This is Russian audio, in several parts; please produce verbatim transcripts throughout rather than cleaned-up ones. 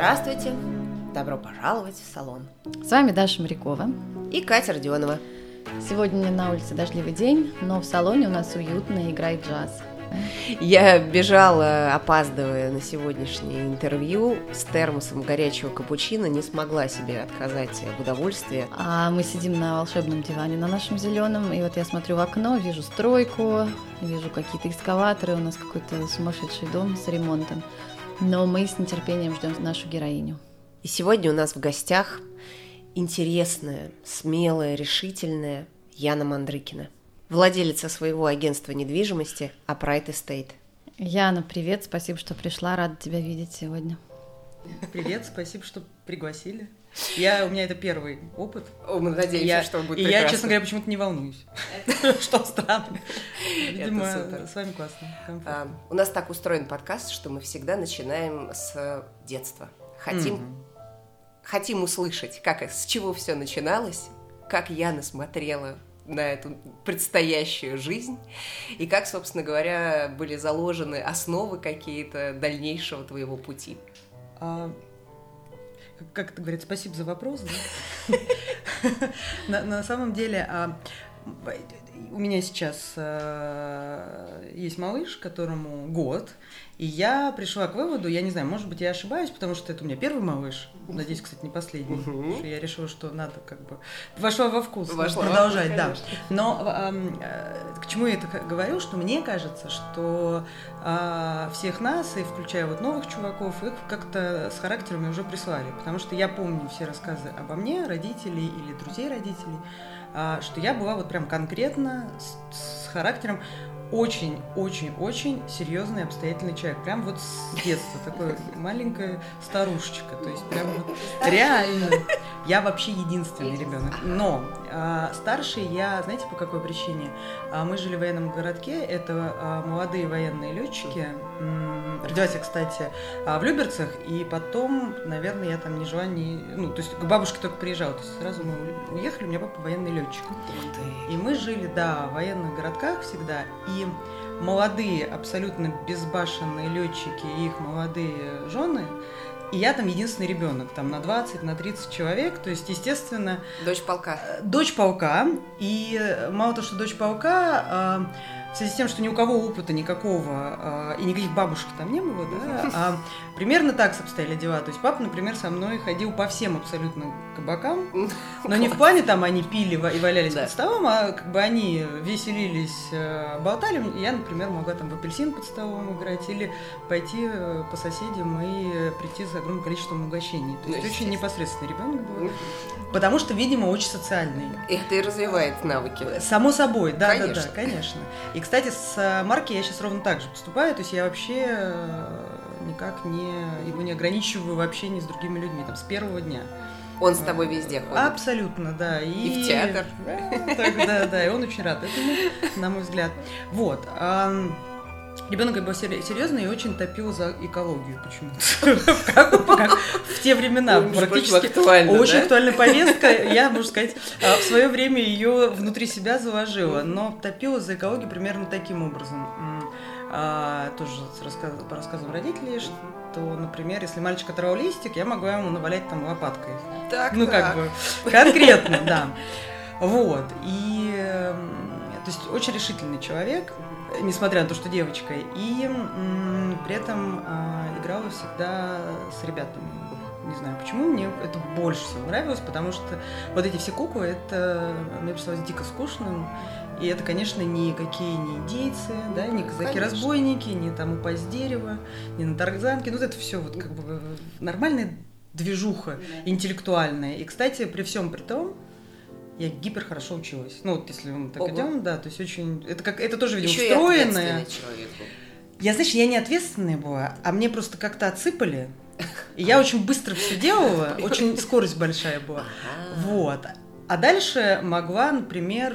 Здравствуйте! Добро пожаловать в салон. С вами Даша Морякова и Катя Родионова. Сегодня на улице дождливый день, но в салоне у нас уютно играет джаз. Я бежала, опаздывая на сегодняшнее интервью, с термосом горячего капучино, не смогла себе отказать в удовольствии. А мы сидим на волшебном диване на нашем зеленом, и вот я смотрю в окно, вижу стройку, вижу какие-то экскаваторы, у нас какой-то сумасшедший дом с ремонтом. Но мы с нетерпением ждем нашу героиню. И сегодня у нас в гостях интересная, смелая, решительная Яна Мандрыкина, владелица своего агентства недвижимости Upright Estate. Яна, привет, спасибо, что пришла, рада тебя видеть сегодня. Привет, спасибо, что пригласили. Я, у меня это первый опыт. О, мы надеемся, я, что будет и прекрасно. я, честно говоря, почему-то не волнуюсь. Что странно. Видимо, с вами классно. У нас так устроен подкаст, что мы всегда начинаем с детства. Хотим, хотим услышать, как, с чего все начиналось, как Яна смотрела на эту предстоящую жизнь, и как, собственно говоря, были заложены основы какие-то дальнейшего твоего пути. А, как это говорит, спасибо за вопрос. Да? на, на самом деле, а, у меня сейчас а, есть малыш, которому год, и я пришла к выводу, я не знаю, может быть, я ошибаюсь, потому что это у меня первый малыш, надеюсь, кстати, не последний, потому что я решила, что надо как бы... Вошла во вкус, Вошла продолжать, во вкус, да. Но а, а, к чему я это говорю, что мне кажется, что а, всех нас, и включая вот новых чуваков, их как-то с характерами уже прислали, потому что я помню все рассказы обо мне, родителей или друзей родителей, а, что я была вот прям конкретно с, с характером очень-очень-очень серьезный, обстоятельный человек. Прям вот с детства. Такой маленькая старушечка. То есть прям вот реально. Я вообще единственный ребенок. Но а, старший я, знаете, по какой причине? А, мы жили в военном городке. Это а, молодые военные летчики. Родилась я, кстати, в Люберцах. И потом, наверное, я там не жила, не... Ну, то есть к бабушке только приезжала. То есть сразу мы уехали, у меня папа военный летчик. И мы жили, да, в военных городках всегда. И молодые, абсолютно безбашенные летчики и их молодые жены, и я там единственный ребенок, там на двадцать, на тридцать человек, то есть, естественно... Дочь полка. Дочь полка, и мало того, что дочь полка, в связи с тем, что ни у кого опыта никакого, и никаких бабушек там не было, да, а примерно так обстояли дела. То есть папа, например, со мной ходил по всем абсолютно кабакам, но не в плане там они пили и валялись под столом, а как бы они веселились, болтали. Я, например, могла там в апельсин под столом играть или пойти по соседям и прийти с огромным количеством угощений. То есть очень непосредственный ребенок был, потому что, видимо, очень социальный. Это и развивает навыки. Само собой, да, конечно. да, да, конечно. И, кстати, с Марки я сейчас ровно так же поступаю, то есть я вообще никак не, его не ограничиваю в общении с другими людьми, там, с первого дня. Он с тобой везде ходит? Абсолютно, да. И, и в театр? Да, так, да, да, и он очень рад этому, на мой взгляд. Вот. Ребенок был серьезный и очень топил за экологию почему-то. В те времена практически очень актуальная повестка. Я, можно сказать, в свое время ее внутри себя заложила, но топила за экологию примерно таким образом. Тоже по рассказам родителей, что, например, если мальчик оторвал листик, я могла ему навалять там лопаткой. Так, ну, так. как бы, конкретно, да. Вот. И, то есть, очень решительный человек, несмотря на то, что девочка, и м, при этом а, играла всегда с ребятами. Не знаю почему, мне это больше всего нравилось, потому что вот эти все куклы, это мне представилось дико скучным. И это, конечно, никакие не индейцы, да, не казаки-разбойники, не там упасть с дерева, не на тарзанке. Ну, это все вот как бы нормальная движуха интеллектуальная. И, кстати, при всем при том, я гипер хорошо училась. Ну, вот если мы так Ого. идем, да, то есть очень... Это, как, это тоже, видимо, Еще встроенное. Человек был. Я, знаешь, я не ответственная была, а мне просто как-то отсыпали. И я очень быстро все делала, очень скорость большая была. Вот. А дальше могла, например,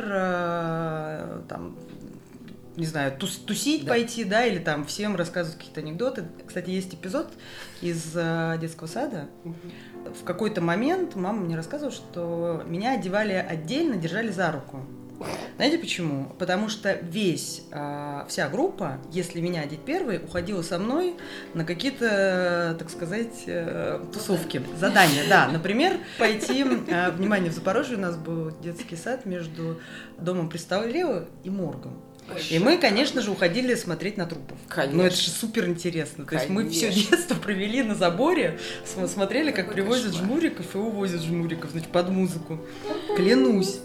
там, не знаю, тус, тусить да. пойти, да, или там всем рассказывать какие-то анекдоты. Кстати, есть эпизод из детского сада. В какой-то момент мама мне рассказывала, что меня одевали отдельно, держали за руку. Знаете почему? Потому что весь, э, вся группа, если меня одеть первой, уходила со мной на какие-то, так сказать, э, тусовки, задания. Да, например, пойти, э, внимание, в Запорожье у нас был детский сад между домом престарелого и моргом. И мы, конечно же, уходили смотреть на трупов. Конечно. Ну, это же супер интересно. То есть мы все детство провели на заборе, смотрели, как Какой привозят кошмар. Жмуриков и увозят жмуриков, значит, под музыку. Клянусь.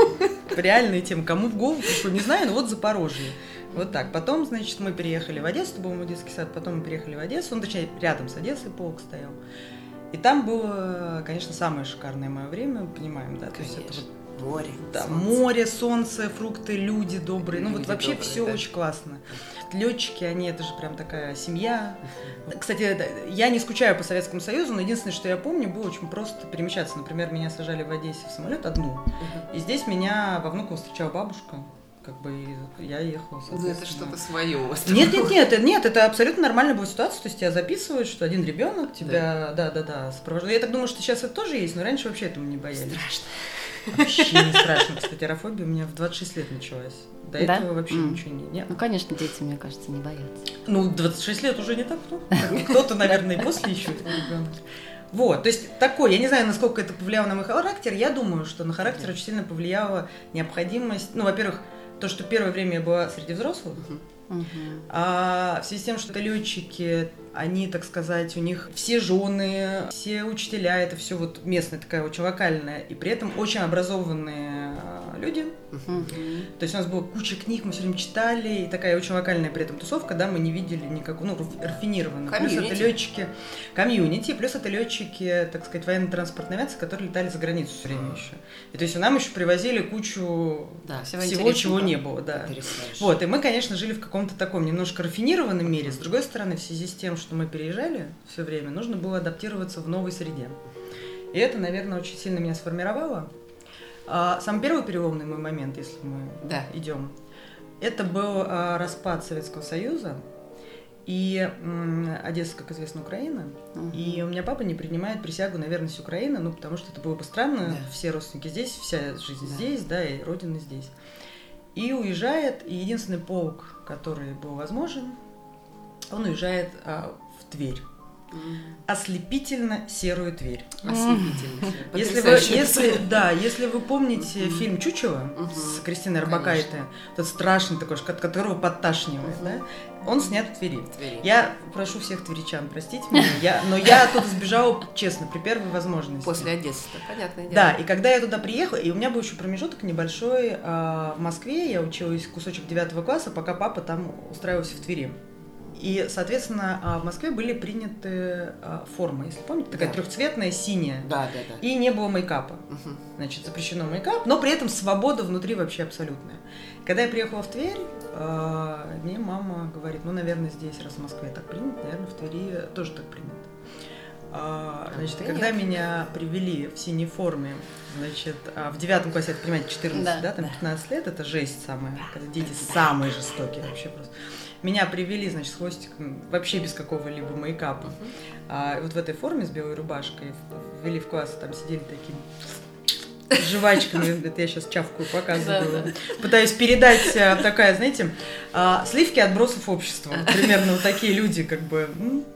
Реальная тема. Кому в голову пришло, не знаю, но вот Запорожье. Вот так. Потом, значит, мы переехали в Одессу, это был мой детский сад, потом мы переехали в Одессу, он, точнее, рядом с Одессой полк стоял. И там было, конечно, самое шикарное мое время, понимаем, да? Конечно. То есть это вот Море, да, солнце. море, солнце, фрукты, люди добрые. Ну люди вот вообще добрые, все да. очень классно. Летчики, они это же прям такая семья. Кстати, я не скучаю по Советскому Союзу, но единственное, что я помню, было очень просто перемещаться. Например, меня сажали в Одессе в самолет одну, и здесь меня во Внуково встречала бабушка. Как бы я ехала, Ну, это что-то свое у вас. Нет, нет, нет, нет, это абсолютно нормальная была ситуация. То есть тебя записывают, что один ребенок тебя, да, да, да, сопровождает. Я так думаю, что сейчас это тоже есть, но раньше вообще этому не боялись. Страшно. Вообще не страшно. Кстати, аэрофобия у меня в двадцать шесть лет началась. До Да? этого вообще Mm. ничего не... Нет. Ну, конечно, дети, мне кажется, не боятся. Ну, двадцать шесть лет уже не так, ну. Кто-то, наверное, и после еще этого ребенка. Вот, то есть такой, я не знаю, насколько это повлияло на мой характер, я думаю, что на характер очень сильно повлияла необходимость, ну, во-первых, то, что первое время я была среди взрослых, Угу. а в связи с тем, что это летчики, они, так сказать, у них все жены, все учителя, это все вот местная такая очень локальная, и при этом очень образованные люди. Угу. То есть у нас была куча книг, мы все время читали, и такая очень локальная при этом тусовка, да, мы не видели никакого, ну, рафинированного. Плюс это летчики, комьюнити, плюс это летчики, так сказать, военно-транспортной авиации, которые летали за границу все время еще. И то есть нам еще привозили кучу Да, всего, всего чего не было, да. Вот, и мы, конечно, жили в каком-то таком немножко рафинированном мире. С другой стороны, в связи с тем, что мы переезжали все время, нужно было адаптироваться в новой среде. И это, наверное, очень сильно меня сформировало. А, самый первый переломный мой момент, если мы да. идем, это был а, распад Советского Союза и м, Одесса, как известно, Украина. Uh-huh. И у меня папа не принимает присягу на верность Украины, ну, потому что это было бы странно, да. все родственники здесь, вся жизнь да. здесь, да, и родина здесь. И уезжает, и единственный полк, который был возможен, он уезжает а, в Тверь. Ослепительно серую Тверь. Ослепительно. Если вы, если, да, если вы помните uh-huh. фильм «Чучело» uh-huh. с Кристиной Орбакайте, тот страшный такой, от которого подташнивает, uh-huh. да, он снят в Твери. в Твери. Я прошу всех тверичан, простите меня, я, но я оттуда сбежала, честно, при первой возможности. После Одессы, понятное дело. Да, и когда я туда приехала, и у меня был еще промежуток небольшой а, в Москве, я училась кусочек девятого класса, пока папа там устраивался в Твери. И, соответственно, в Москве были приняты формы, если помните, такая да. трехцветная, синяя. Да, да, да. И не было мейкапа. Угу. Значит, запрещено мейкап, но при этом свобода внутри вообще абсолютная. Когда я приехала в Тверь, мне мама говорит, ну, наверное, здесь, раз в Москве так принято, наверное, в Твери тоже так принято. Значит, а когда меня привели в синей форме, значит, в девятом классе, это, понимаете, четырнадцать, да, да, там да. пятнадцать лет, это жесть самая, когда дети самые жестокие вообще просто. Меня привели, значит, с хвостиком, вообще без какого-либо мейкапа. Uh-huh. А, вот в этой форме с белой рубашкой ввели в класс, там сидели такими жвачками, это я сейчас чавкую показываю. Пытаюсь передать такая, знаете, сливки отбросов общества. Примерно вот такие люди, как бы.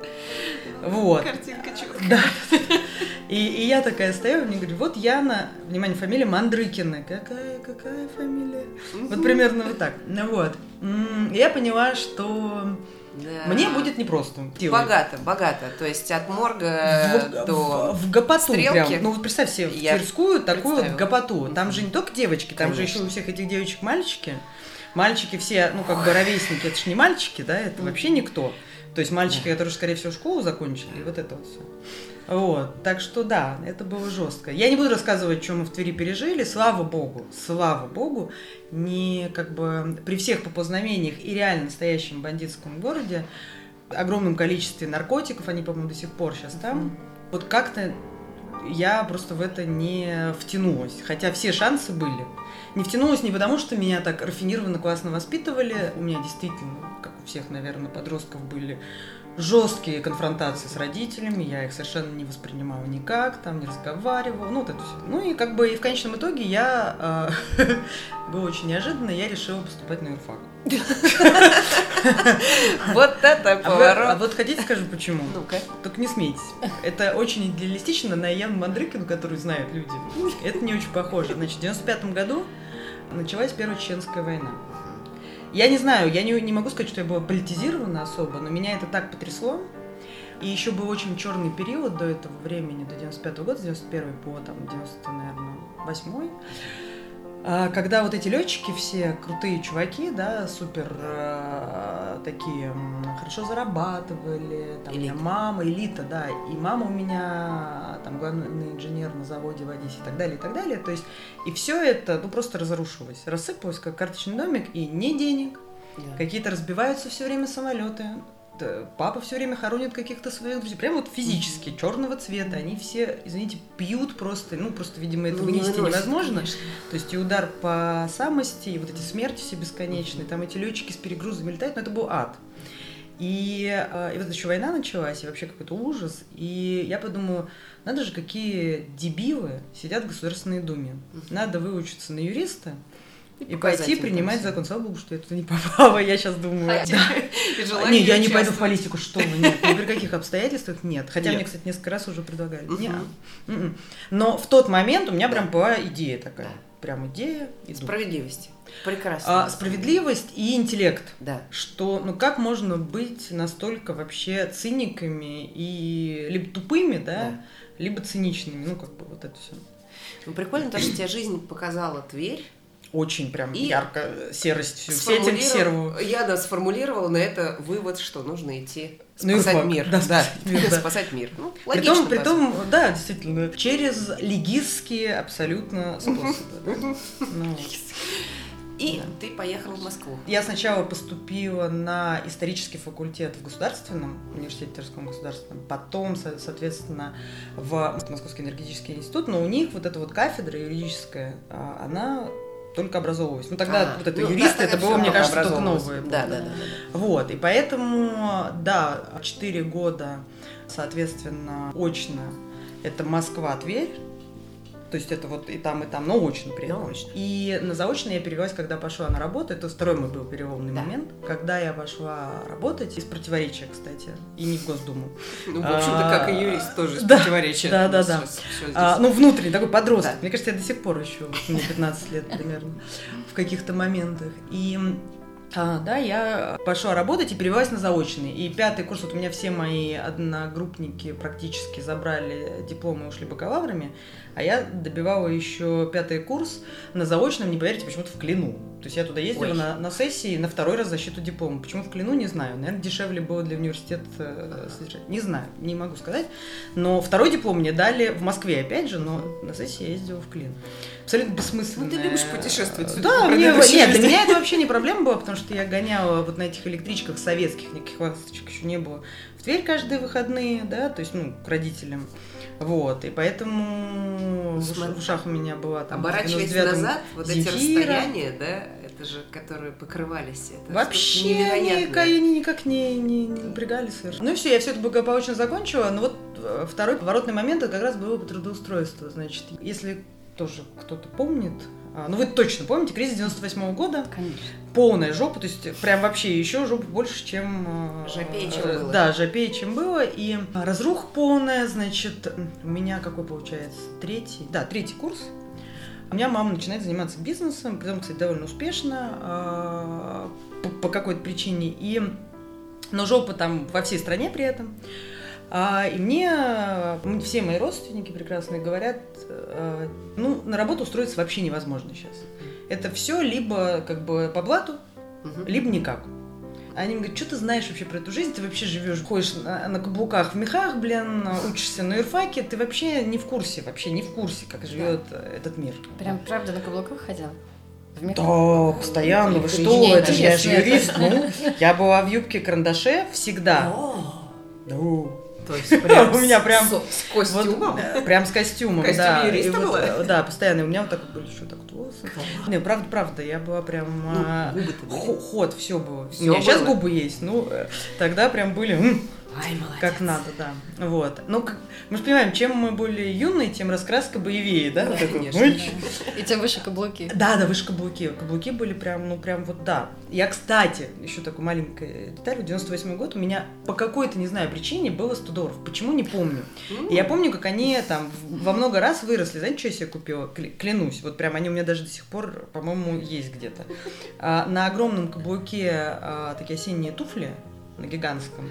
Вот. Картинка чёткая. Да. И, и я такая стою, мне говорю, вот Яна, внимание, фамилия Мандрыкина. Какая, какая фамилия? Mm-hmm. Вот примерно вот так. Ну вот. И я поняла, что да. мне будет непросто. Богато, богато. То есть от морга в, до в, в гопоту стрелки. Прям. Ну вот представь себе, в Тверскую такую вот гопоту. Там же не только девочки, там Конечно. же еще у всех этих девочек мальчики. Мальчики все, ну как бы ровесники, это же не мальчики, да, это mm-hmm. вообще никто. То есть мальчики, да. которые, скорее всего, школу закончили, и вот это вот все. Вот, так что да, это было жестко. Я не буду рассказывать, что мы в Твери пережили, слава богу, слава богу, не как бы при всех поползновениях и реально настоящем бандитском городе, огромном количестве наркотиков, они, по-моему, до сих пор сейчас там, mm-hmm. вот как-то я просто в это не втянулась, хотя все шансы были. Не втянулась не потому, что меня так рафинированно, классно воспитывали, у меня действительно, как у всех, наверное, подростков, были жесткие конфронтации с родителями, я их совершенно не воспринимала никак, там не разговаривала, ну вот это все. Ну и как бы и в конечном итоге я, э, было очень неожиданно, я решила поступать на юрфак. Вот это поворот. А вот хотите, скажу, почему? Ну-ка. Только не смейтесь. Это очень идеалистично на Яну Мандрыкину, которую знают люди. Это не очень похоже. Значит, в девяносто пятом году началась Первая Чеченская война. Я не знаю, я не, не могу сказать, что я была политизирована особо, но меня это так потрясло. И еще был очень черный период до этого времени, до девяносто пятого года, с девяносто первого по там, девяносто, наверное, восьмой. Когда вот эти летчики все крутые чуваки, да, супер э, такие, хорошо зарабатывали, там, у меня мама, элита, да, и мама у меня там главный инженер на заводе в Одессе и так далее, и так далее, то есть, и все это, ну, просто разрушилось, рассыпалось, как карточный домик, и не денег, yeah. Какие-то разбиваются все время самолеты, папа все время хоронит каких-то своих друзей, прям вот физически, mm-hmm. черного цвета, они все, извините, пьют просто, ну, просто, видимо, это ну, вынести не выносит, невозможно, конечно. То есть и удар по самости, и вот эти смерти все бесконечные, mm-hmm. там эти летчики с перегрузами летают, но это был ад. И, и вот еще война началась, и вообще какой-то ужас, и я подумала, надо же, какие дебилы сидят в Государственной Думе, mm-hmm. надо выучиться на юриста, и пойти принимать закон. Слава богу, что я туда не попала, я сейчас думаю. А да. Не, я не пойду в политику, что вы, нет, ни при каких обстоятельствах нет. Хотя нет. Мне, кстати, несколько раз уже предлагали. Угу. Нет. Но в тот момент у меня да. прям была идея такая. Да. Прям идея. Иду. Справедливости. Прекрасно. А, справедливость и интеллект. Да. Что, ну как можно быть настолько вообще циниками и либо тупыми, да, да. либо циничными. Ну, как бы вот это все. Ну, прикольно то, что тебе жизнь показала Тверь. Очень прям и ярко, серость, все оттенки серого. Я да, сформулировала на это вывод, что нужно идти спасать ну, мир. Да, да, мир, да. Спасать мир. Ну, логично. Притом, притом, да, действительно, через легистские абсолютно способы. И да. Ты поехала в Москву. Я сначала поступила на исторический факультет в Государственном университете Тверском государственном, потом, соответственно, в Московский энергетический институт, но у них вот эта вот кафедра юридическая, она только образовывалась. Ну тогда а, вот это ну, юристы, да, это было, мне кажется, только новое. Да, да, да, да, да. Вот, и поэтому, да, четыре года, соответственно, очно, это Москва, Тверь. То есть это вот и там, и там, но очно при этом. Очно. И на заочно я перевелась, когда пошла на работу. Это второй мой был переломный да. момент. Когда я пошла работать, из противоречия, кстати, и не в Госдуму. Ну, в общем-то, как и юрист, тоже из противоречия. Да, да, да. А, ну, внутренний такой подросток. Да. Мне кажется, я до сих пор еще, мне пятнадцать лет примерно, в каких-то моментах. И... А, да, я пошла работать и перевелась на заочный. И пятый курс, вот у меня все мои одногруппники практически забрали дипломы и ушли бакалаврами, а я добивала еще пятый курс на заочном, не поверите, почему-то в Клину. То есть я туда ездила на, на сессии на второй раз защиту диплома. Почему в Клину, не знаю. Наверное, дешевле было для университета содержать. Не знаю, не могу сказать. Но второй диплом мне дали в Москве, опять же, но на сессии я ездила в Клин. Абсолютно бессмысленно. Ну, ты любишь путешествовать. Да, мне, нет, для меня это вообще не проблема была, потому что я гоняла вот на этих электричках советских, никаких ласточек еще не было, в Тверь каждые выходные, да, то есть, ну, к родителям. Вот, и поэтому в ушах у меня была там... Оборачиваясь назад, вот эти расстояния, да, это же, которые покрывались. Это вообще они никак не, не, не напрягали совершенно. Ну и все, я все это благополучно закончила, но вот второй поворотный момент, это как раз было по трудоустройству, значит, если тоже кто-то помнит, ну вы точно помните, кризис девяносто восьмого года. Конечно. Полная жопа, то есть прям вообще еще жопа больше, чем... Жопее, чем было. Да, жопее, чем было. И разруха полная, значит, у меня какой получается? Третий, да, третий курс. У меня мама начинает заниматься бизнесом, потом, кстати, довольно успешно по, по какой-то причине. И... Но жопа там во всей стране при этом. А, и мне все мои родственники прекрасные говорят, а, ну, на работу устроиться вообще невозможно сейчас. Это все либо как бы по блату, угу. либо никак. Они мне говорят, что ты знаешь вообще про эту жизнь, ты вообще живешь, ходишь на, на каблуках в мехах, блин, учишься на юрфаке, ты вообще не в курсе, вообще не в курсе, как живет да. этот мир. Прям правда на каблуках ходила? Да, постоянно, вы что, это же я же юрист, ну, я была в юбке-карандаше всегда. Да. То есть прям у меня прям с, с костюмом? Вот, прям с костюмом, Костюм да. юриста и было? Вот, да, постоянно. У меня вот так вот были еще так вот волосы. волосы. Не, правда, правда, я была прям... Ну, губы-то были. Ход, все было. Всё У меня сейчас было? губы есть, ну, тогда прям были... м, Ай, молодец. как надо, да. Вот. Ну, как, мы же понимаем, чем мы более юные, тем раскраска боевее, да? Да, Вот это конечно. вот. И тем выше каблуки. Да, да, выше каблуки. Каблуки были прям, ну, прям вот, да. Я, кстати, еще такая маленькая деталь, в девяносто восьмой год у меня по какой-то, не знаю, причине было сто долларов. Почему, не помню. И я помню, как они там во много раз выросли. Знаете, что я себе купила? Клянусь. Вот прям они у меня даже до сих пор, по-моему, есть где-то. А, на огромном каблуке а, такие осенние туфли, на гигантском.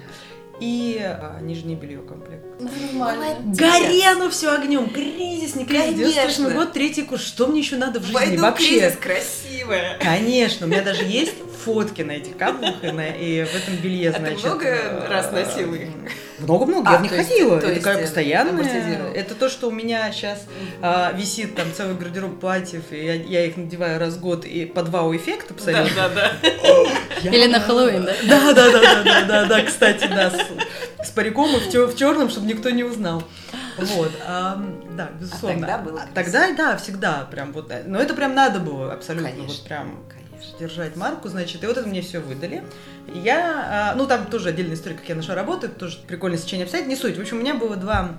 И а, нижнее белье комплект. Нормально. Горело все огнем, кризис, не кризис, девяносто восьмой Конечно. год, третий курс, что мне еще надо в жизни Пойду вообще? кризис красивая. Конечно, у меня даже есть фотки на этих каблуках и, на- и в этом белье, А ты значит. много э, раз носила их? Много-много, А, я в них то есть- ходила, то это есть, как э, постоянно. амортизировала. Это то, что у меня сейчас а, висит там целый гардероб платьев, и я, я их надеваю раз в год, и по два у эффекта абсолютно. Да, да, да. Или на Хэллоуин, да? Да, да, да, да, да, да, да, кстати, да, с, с париком и в, тё- в черном, чтобы никто не узнал. Вот, а, да, безусловно. тогда было А тогда, да, всегда прям вот, но это прям надо было абсолютно, Конечно, вот прям конечно. держать марку, значит, и вот это мне все выдали. И я, а, ну там тоже отдельная история, как я нашла работу, это тоже прикольное сочинение обстоятельств, не суть. В общем, у меня было два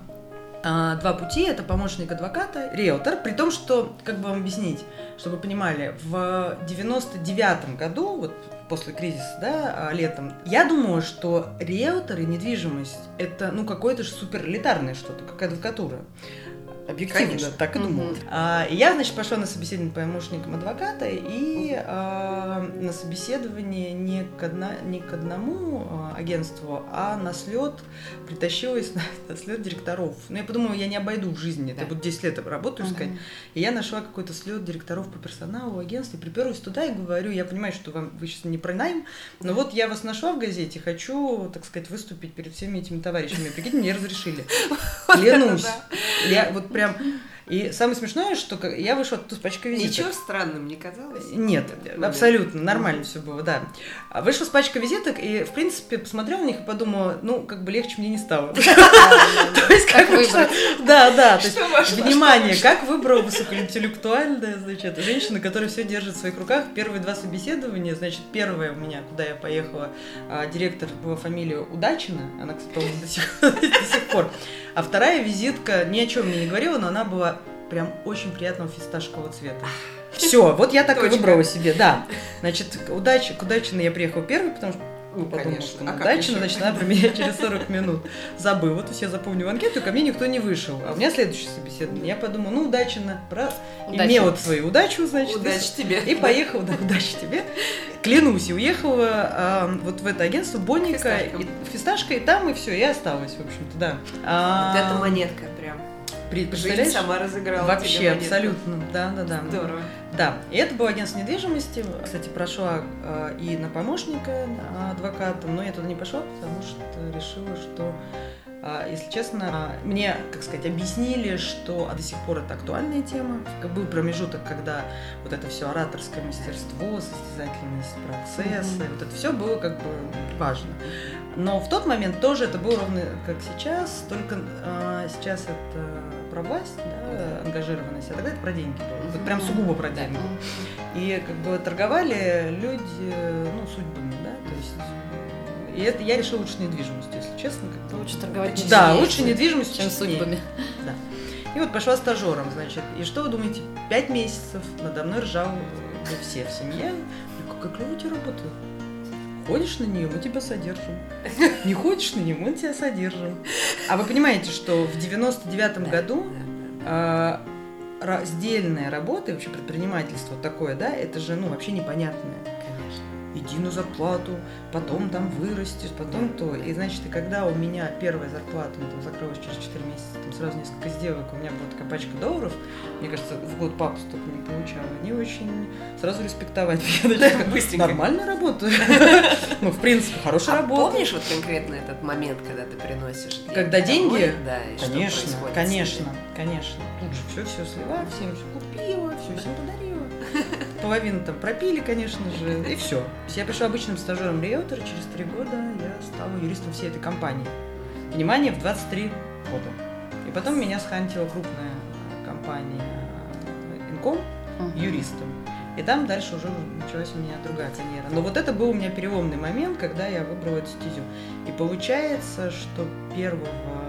а, два пути, это помощник адвоката, риэлтор, при том, что, как бы вам объяснить, чтобы вы понимали, в девяносто девятом году, вот после кризиса, да, летом, я думала, что риэлтор и недвижимость – это, ну, какое-то же супер элитарное что-то, как адвокатура. Объективно, Конечно. так и думала. Мгм. А, и я, значит, пошла на собеседование помощником адвоката, и а, на собеседование не к, одна, не к одному а, агентству, а на слет притащилась на, на слет директоров. Ну, я подумала, я не обойду в жизни, Да. я буду десять лет работаю искать. Мгм. И я нашла какой-то слет директоров по персоналу агентства, приперлась туда и говорю, я понимаю, что вам, вы сейчас не про найм, но вот я вас нашла в газете, хочу, так сказать, выступить перед всеми этими товарищами. Прикиньте, мне разрешили. Клянусь. Я вот прям... И самое смешное, что как- я вышла оттуда с пачкой визиток. Ничего странным не казалось? Нет, Момент. абсолютно нормально все было, да. А вышла с пачкой визиток и, в принципе, посмотрела на них и подумала, ну, как бы легче мне не стало. То есть, как выбрать? Да, да, то есть, Что вошло, внимание, как выбрала высокоинтеллектуальная, значит, женщина, которая все держит в своих руках. Первые два собеседования, значит, первое у меня, куда я поехала, а, директор была фамилия Удачина, она, кстати, по-моему, до сих, до сих пор. А вторая визитка ни о чем мне не говорила, но она была прям очень приятного фисташкового цвета. Все, вот я так и Точка. выбрала себе, да. Значит, к удачи, к Удачиной я приехала первой, потому что Ну, подумала, конечно. что А как Удачина, еще? значит, она про меня через сорок минут забыла. То есть я запомнила анкету, и ко мне никто не вышел. А у меня следующее собеседование. Я подумала, ну, Удачина, про... Удачи. имела свою удачу, значит. Удачи тебе. И поехала, да, удачи тебе. Клянусь, и уехала а, вот в это агентство Бонника, Фисташка. и, фисташка, и там, и все, и осталась, в общем-то, да. А, Вот эта монетка прям. при- Жизнь представляешь? сама разыграла Вообще, тебе монетку. абсолютно, да, да, да. Здорово. Да, и это было агентство недвижимости. Кстати, прошла э, и на помощника э, адвоката, но я туда не пошла, потому что решила, что, э, если честно, э, мне, как сказать, объяснили, что до сих пор это актуальная тема. Как был промежуток, когда вот это все ораторское мастерство, состязательность процесса, Мгм. вот это все было как бы важно. Но в тот момент тоже это было ровно как сейчас, только э, сейчас это про власть, да, ангажированность, а тогда это про деньги было. Вот прям сугубо про деньги. И как бы торговали люди, ну, судьбами, да, то есть... И это я решила лучше недвижимостью, если честно. Как-то. Лучше торговать Да, недвижимостью, лучше недвижимостью, чем честнее. судьбами. Да. И вот пошла стажером, значит. И что вы думаете? Пять месяцев надо мной ржал э, все в семье. Говорю, какая клевая у тебя работа. Ходишь на нее, мы тебя содержим. Не ходишь на нее, мы тебя содержим. А вы понимаете, что в девяносто девятом Да, году да, а, раздельная работа, и вообще предпринимательство вот такое, да, это же, ну, вообще непонятное. да, конечно. Иди на зарплату, потом там вырастешь, потом то. И, значит, и когда у меня первая зарплата, ну, там, закрылась через четыре месяца, там сразу несколько сделок, у меня была такая пачка долларов, мне кажется, в год папа столько не получала, они очень сразу респектовать меня начали. Быстренько. Нормально работаю. Ну, в принципе, хорошая А работа. помнишь вот конкретно этот момент, когда ты приносишь деньги Когда деньги? домой? Да, и что Конечно, происходит с конечно, ними? конечно. Тут же все, все слила, всем все купила, все всем подарила. Половину там пропили, конечно же, и все. Я пришла обычным стажером риэлтора, через три года я стала юристом всей этой компании. Внимание, в двадцать три года. И потом меня схантила крупная компания Инком. uh-huh. юристом. И там дальше уже началась у меня другая карьера. Но вот это был у меня переломный момент, когда я выбрала эту стезю. И получается, что первого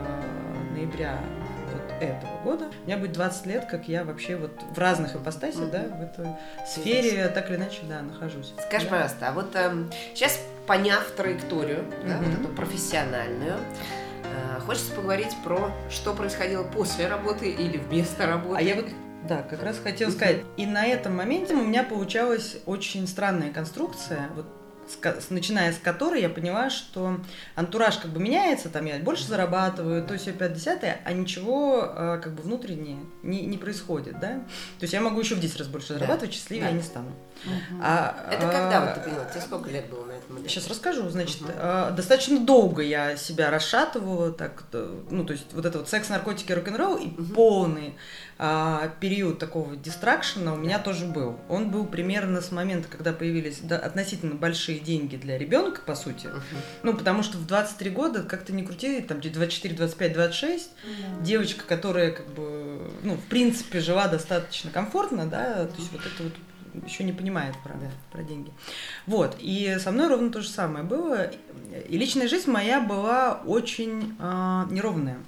ноября вот этого года у меня будет двадцать лет, как я вообще вот в разных ипостасях, mm-hmm. да, в этой сфере так или иначе, да, нахожусь. Скажи, да. пожалуйста, а вот эм, сейчас, поняв траекторию, mm-hmm. да, вот эту профессиональную, э, хочется поговорить про, что происходило после работы или вместо работы. А я вот Да, как раз хотела сказать. И на этом моменте у меня получалась очень странная конструкция, вот, с, начиная с которой я поняла, что антураж как бы меняется, там я больше зарабатываю, то есть пятьдесят, а ничего как бы внутренне не, не происходит, да? То есть я могу еще в десять раз больше зарабатывать, да. счастливее да. я не стану. Угу. А, Это когда вот ты поняла? Тебе сколько лет было на этом этапе? Сейчас расскажу. Значит, угу. э, достаточно долго я себя расшатывала, так, ну, то есть вот это вот секс, наркотики, рок-н-ролл и угу. полный э, период такого дистракшена у меня тоже был. Он был примерно с момента, когда появились да, относительно большие деньги для ребенка, по сути. Угу. Ну, потому что в двадцать три года, как-то не крути, там двадцать четыре, двадцать пять, двадцать шесть, угу. девочка, которая как бы, ну, в принципе, жила достаточно комфортно, да, то есть вот это вот еще не понимает про, да, про деньги. Вот, и со мной ровно то же самое было. И личная жизнь моя была очень а, неровная.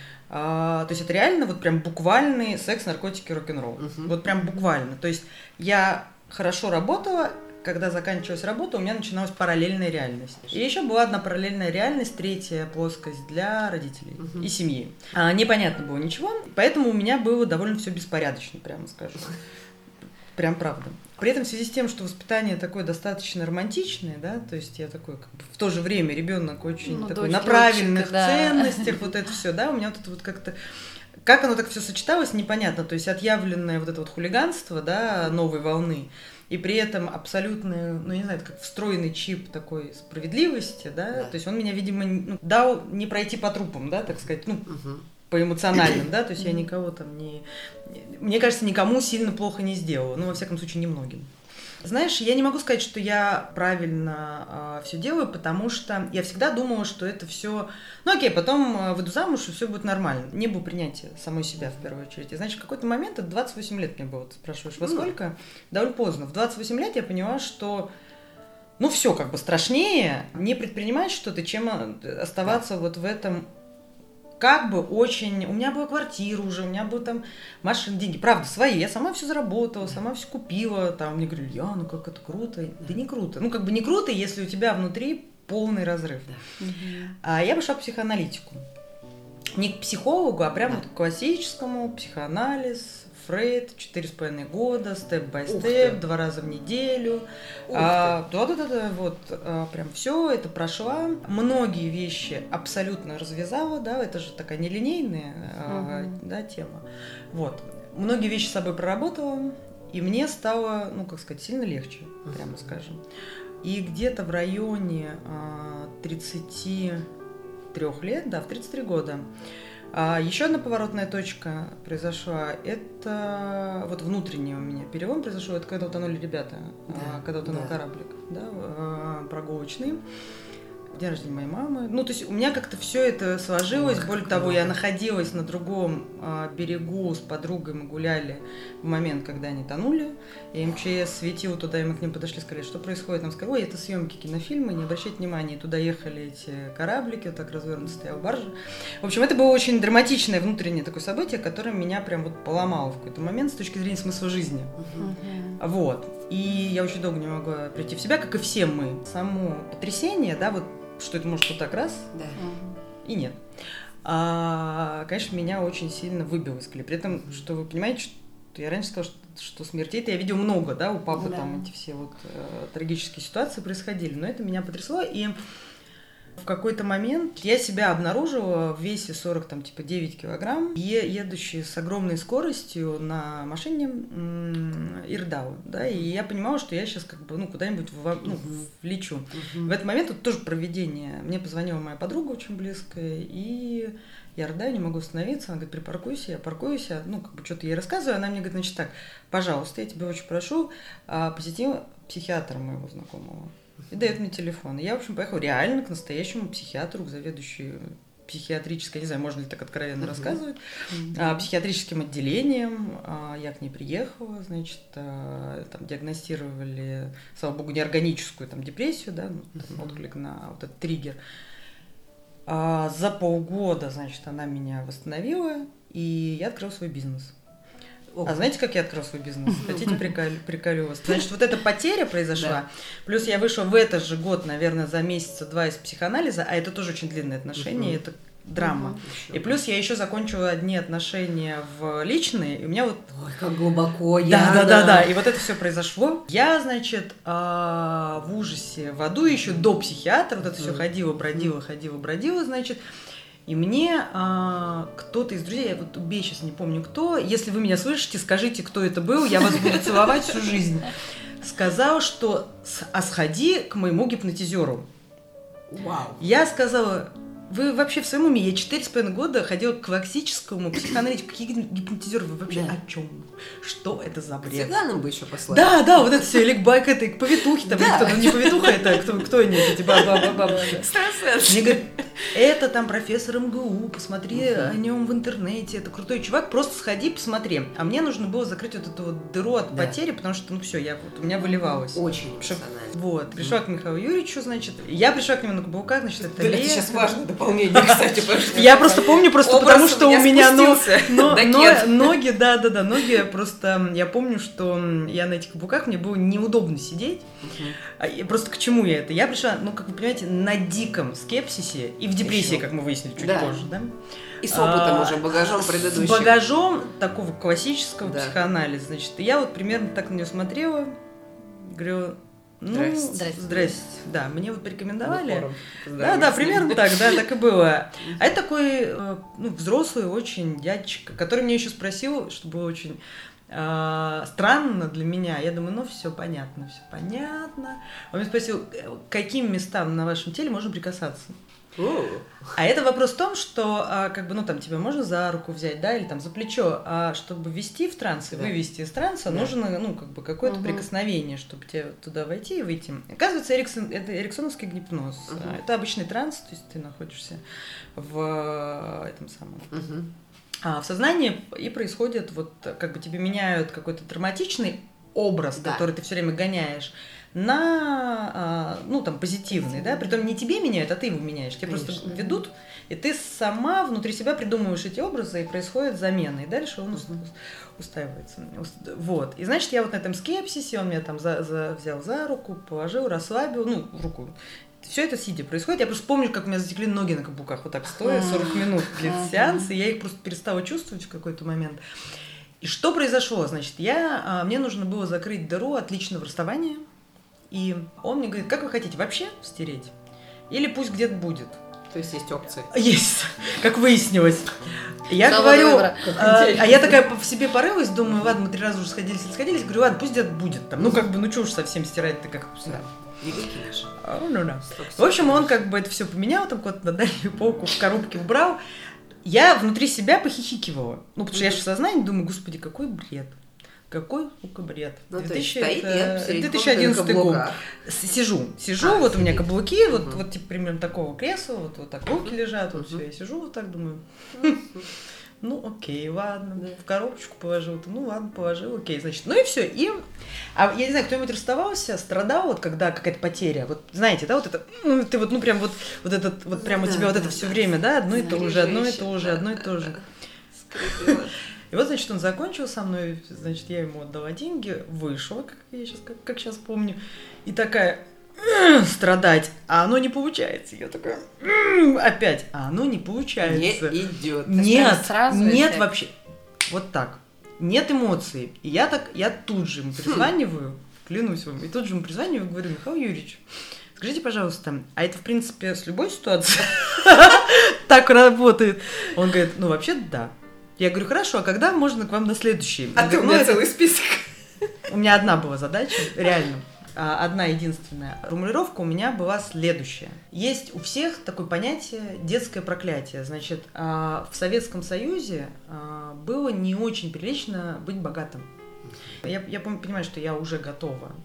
А, то есть это реально вот прям буквальный секс, наркотики, рок-н-ролл. Uh-huh. Вот прям буквально. То есть я хорошо работала, когда заканчивалась работа, у меня начиналась параллельная реальность. И еще была одна параллельная реальность, третья плоскость для родителей uh-huh. и семьи. А, непонятно было ничего, поэтому у меня было довольно все беспорядочно, прямо скажем. Прям правда. При этом в связи с тем, что воспитание такое достаточно романтичное, да, то есть я такой, как бы, в то же время ребенок очень ну, такой на правильных да. ценностях, вот это все, да, у меня вот это вот как-то, как оно так все сочеталось, непонятно, то есть отъявленное вот это вот хулиганство, да, новой волны, и при этом абсолютно, ну, не знаю, как встроенный чип такой справедливости, да, да. то есть он меня, видимо, ну, дал не пройти по трупам, да, так сказать, ну, угу. по эмоциональным, да, то есть я никого там не... Мне кажется, никому сильно плохо не сделала, ну, во всяком случае, немногим. Знаешь, я не могу сказать, что я правильно э, все делаю, потому что я всегда думала, что это все... Ну, окей, потом э, выйду замуж, и все будет нормально. Не было принятия самой себя, в первую очередь. И, значит, в какой-то момент, это двадцать восемь лет мне было, ты спрашиваешь, во сколько? Довольно поздно. В двадцать восемь лет я поняла, что... Ну, все как бы страшнее не предпринимать что-то, чем оставаться вот в этом... Как бы очень... У меня была квартира уже, у меня были там машины, деньги. Правда, свои. Я сама все заработала, сама все купила. Там мне говорили, я, ну как это круто. Да не круто. Ну как бы не круто, если у тебя внутри полный разрыв. Да. А я пошла к психоаналитику. Не к психологу, а прямо да. вот к классическому. Психоанализ, Фрейд, четыре с половиной года, степ-бай-степ, два раза в неделю. А, да-да-да, вот, а, прям все это прошла. Многие вещи абсолютно развязала, да, это же такая нелинейная а, угу. да, тема. Вот. Многие вещи с собой проработала, и мне стало, ну, как сказать, сильно легче, прямо угу. скажем. И где-то в районе а, тридцати трёх лет, да, в тридцать три года, А еще одна поворотная точка произошла, это вот внутренний у меня перелом произошел, это когда утонули ребята, да, когда утонул да. кораблик, да, прогулочный, день рождения моей мамы. Ну, то есть у меня как-то все это сложилось, Ох, более того, много. Я находилась на другом а, берегу с подругой, мы гуляли в момент, когда они тонули, и МЧС светил туда, и мы к ним подошли, сказали, что происходит, нам сказали, ой, это съемки кинофильма, не обращайте внимания, и туда ехали эти кораблики, вот так развернуто стояла баржа. В общем, это было очень драматичное внутреннее такое событие, которое меня прям вот поломало в какой-то момент с точки зрения смысла жизни. Uh-huh. Вот. И я очень долго не могла прийти в себя, как и все мы. Само потрясение, да, вот что это может вот так раз, да. и нет. А, конечно, меня очень сильно выбило из колеи. При этом, что вы понимаете, что я раньше сказала, что, что смертей-то я видела много, да, у папы да. там эти все вот э, трагические ситуации происходили, но это меня потрясло, и в какой-то момент я себя обнаружила в весе сорок, там, типа девять килограмм, едущей с огромной скоростью на машине м- Ирдау, да, и я понимала, что я сейчас как бы, ну, куда-нибудь в, ну, влечу. Uh-huh. В этот момент вот тоже провидение. Мне позвонила моя подруга очень близкая, и я рыдаю, не могу остановиться, она говорит, припаркуйся, я паркуюсь, ну, как бы что-то ей рассказываю, она мне говорит, значит так, пожалуйста, я тебя очень прошу, посети психиатра моего знакомого. И дает мне телефон. И я, в общем, поехала реально к настоящему психиатру, к заведующей психиатрической, не знаю, можно ли так откровенно uh-huh. рассказывать, uh-huh. а, психиатрическим отделением. А, я к ней приехала, значит, а, там диагностировали, слава богу, неорганическую там депрессию, да, там, отклик на вот этот триггер. А, за полгода, значит, она меня восстановила, и я открыла свой бизнес. А знаете, как я открыла свой бизнес? Хотите, приколю вас? Значит, вот эта потеря произошла, да. Плюс я вышла в этот же год, наверное, за месяца-два из психоанализа, а это тоже очень длинные отношения, uh-huh. это драма. Uh-huh. И плюс я еще закончила одни отношения в личные, и у меня вот... Ой, как глубоко, я... Да, да, да, да, и вот это все произошло. Я, значит, в ужасе, в аду еще до психиатра, вот это все ходила, бродила, ходила, бродила, значит... И мне а, кто-то из друзей, я вот убей, сейчас не помню кто, если вы меня слышите, скажите, кто это был, я вас буду целовать всю жизнь, сказал, что а сходи к моему гипнотизеру. Вау. Я сказала, вы вообще в своем уме? Я четыре с половиной года ходила к классическому психоаналитику. Какие гипнотизеры? Вы вообще да. о чем? Что это за бред? Цыганам бы еще послать. Да, да, вот это все, или к байк этой, к повитухе, там, да. кто, ну, не повитуха, это кто, кто они, эти бабушки. Мне говорят, это там профессор эм гэ у, посмотри uh-huh. о нем в интернете, это крутой чувак, просто сходи, посмотри. А мне нужно было закрыть вот эту вот дыру от да. потери, потому что, ну все, я, вот, у меня выливалось. Очень эмоционально. Вот, пришла к Михаилу Юрьевичу, значит, я пришла к нему на каблуках, значит, это да, лето. Это сейчас важное дополнение, кстати. Я просто помню, просто потому что у меня ноги, да-да-да, ноги просто, я помню, что я на этих каблуках, мне было неудобно сидеть. Просто к чему я это? Я пришла, ну, как вы понимаете, на диком скепсисе и в депрессии, как мы выяснили чуть позже, да? И с опытом уже, багажом предыдущим. С багажом такого классического психоанализа, значит. И я вот примерно так на нее смотрела, говорю... Ну, здрасте. здрасте. Здрасте. Да, мне вот порекомендовали. Да, да, примерно так, да, так и было. А это такой, ну, взрослый очень дядечка, который мне еще спросил, что было очень э, странно для меня. Я думаю, ну, все понятно, все понятно. Он меня спросил, к каким местам на вашем теле можно прикасаться? А это вопрос в том, что, а, как бы, ну, там, тебя можно за руку взять, да, или там за плечо, а чтобы ввести в транс и да. вывести из транса, да. нужно, ну, как бы, какое-то угу. прикосновение, чтобы тебе туда войти и выйти. Оказывается, эриксон, это эриксоновский гипноз. Угу. Это обычный транс, то есть ты находишься в этом самом... Угу. А в сознании и происходит, вот, как бы, тебе меняют какой-то травматичный образ, да. который ты все время гоняешь, на, ну, там, позитивный, да, притом не тебе меняют, а ты его меняешь, тебя Конечно. Просто ведут, и ты сама внутри себя придумываешь эти образы, и происходит замена, и дальше он uh-huh. устаивается, вот, и значит, я вот на этом скепсисе, он меня там за, за, взял за руку, положил, расслабил, ну, руку, все это сидя происходит, я просто помню, как у меня затекли ноги на каблуках, вот так стоя, сорок минут длится сеанс, и я их просто перестала чувствовать в какой-то момент. И что произошло, значит, я, мне нужно было закрыть дыру от личного расставания. И он мне говорит, как вы хотите, вообще стереть? Или пусть где-то будет? То есть есть опции? Есть, как выяснилось. Я Самого говорю, а, а я такая в себе порылась, думаю, ладно, мы три раза уже сходились, сходились, говорю, ладно, пусть где-то будет. Там. Ну, как бы, ну, что уж совсем стирать-то, как... Да. Не выкинешь. А, ну, да. В общем, он как бы это все поменял, там куда-то на дальнюю полку в коробке убрал. Я внутри себя похихикивала. Ну, потому что я же в сознании думаю, господи, какой бред. Какой, сука, бред. Ну, две тысячи одиннадцатый год. Сижу, сижу, а, вот у меня каблуки, угу. вот, вот типа примерно такого кресла, вот, вот так руки лежат, вот угу. все, я сижу вот так, думаю, ну окей, ладно, да. в коробочку положил, ну ладно, положил, окей, значит, ну и все, и, а я не знаю, кто-нибудь расставался, страдал, вот когда какая-то потеря, вот знаете, да, вот это, ну, ты вот, ну прям вот, вот этот, вот прям да, у тебя да, вот это да, все да, время, да, одно и то же, одно и да, то же, да, одно и то же. И вот, значит, он закончил со мной, значит, я ему отдала деньги, вышел, как я сейчас, как, как сейчас помню, и такая, страдать, а оно не получается. Я такая, опять, а оно не получается. Не идет. Нет, нет вообще. Вот так. Нет эмоций. И я так, я тут же ему перезваниваю, клянусь вам, и тут же ему перезваниваю и говорю, Михаил Юрьевич, скажите, пожалуйста, а это, в принципе, с любой ситуацией так работает? Он говорит, ну, вообще, да. Я говорю, хорошо, а когда можно к вам на следующий? А ты у меня целый список. У меня одна была задача, реально. Одна единственная формулировка у меня была следующая. Есть у всех такое понятие детское проклятие. Значит, в Советском Союзе было не очень прилично быть богатым. Я, я понимаю, что я уже готова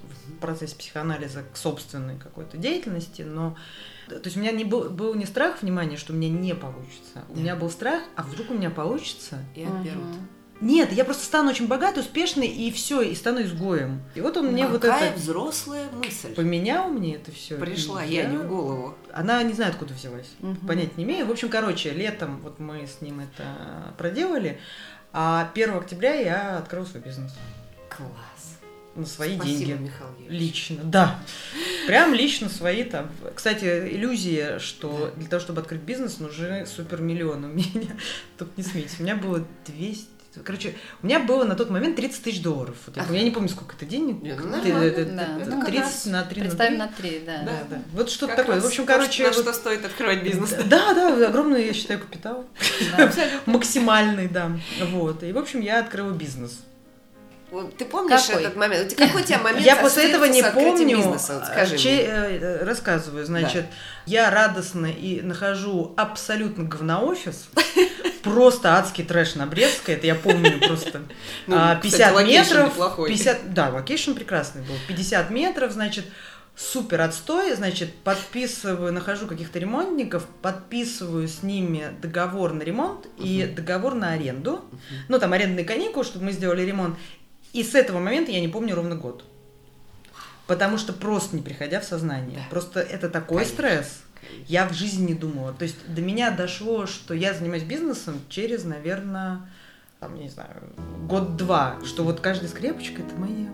в процессе психоанализа к собственной какой-то деятельности, но то есть у меня не был, был не страх, внимание, что у меня не получится. У меня был страх, а вдруг у меня получится? И отберут. Нет, я просто стану очень богатой, успешной, и все, и стану изгоем. И вот он ну, мне вот это... Какая взрослая мысль. Поменял мне это все. Пришла я не в голову. Она не знает, откуда взялась. Угу. Понятия не имею. В общем, короче, летом вот мы с ним это проделали, а первого октября я открыл свой бизнес. Класс. На свои Спасибо, деньги. Михаил Юрьевич. Лично, да. Прям лично свои там. Кстати, иллюзия, что для того, чтобы открыть бизнес, нужны супермиллионы. У меня, тут не смейтесь, у меня было двести... Короче, у меня было на тот момент тридцать тысяч долларов. Вот я, я не помню, сколько это денег. Нет, ну, Ты, это, да. это Ну, тридцать на три. Представим на три, да. Да, да. Вот что-то как такое. В общем, то, короче... На вот... что стоит открывать бизнес. Да, да, огромный, я считаю, капитал. Да. Максимальный, да. Вот. И, в общем, я открыла бизнес. Вот, ты помнишь Какой? этот момент? Какой у тебя момент? Я после этого не помню. Бизнеса? Вот скажи Че, мне. э, рассказываю. Значит, да. Я радостно и нахожу абсолютно говноофис. Просто адский трэш на Брестской. Это я помню просто. Ну, пятьдесят кстати, метров. неплохой. пятьдесят, да, локейшн прекрасный был. пятьдесят метров, значит, супер отстой. Значит, подписываю, нахожу каких-то ремонтников, подписываю с ними договор на ремонт uh-huh. и договор на аренду. Uh-huh. Ну, там арендные каникулы, чтобы мы сделали ремонт. И с этого момента я не помню ровно год. Потому что просто не приходя в сознание. Да. Просто это такой Конечно. стресс. Конечно. Я в жизни не думала. То есть до меня дошло, что я занимаюсь бизнесом через, наверное, там, не знаю, год-два. Что вот каждая скрепочка — это моя.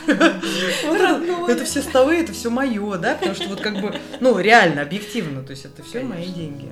Это все столы, это все мое, да? Потому что вот как бы, ну, реально, объективно. То есть это все мои деньги.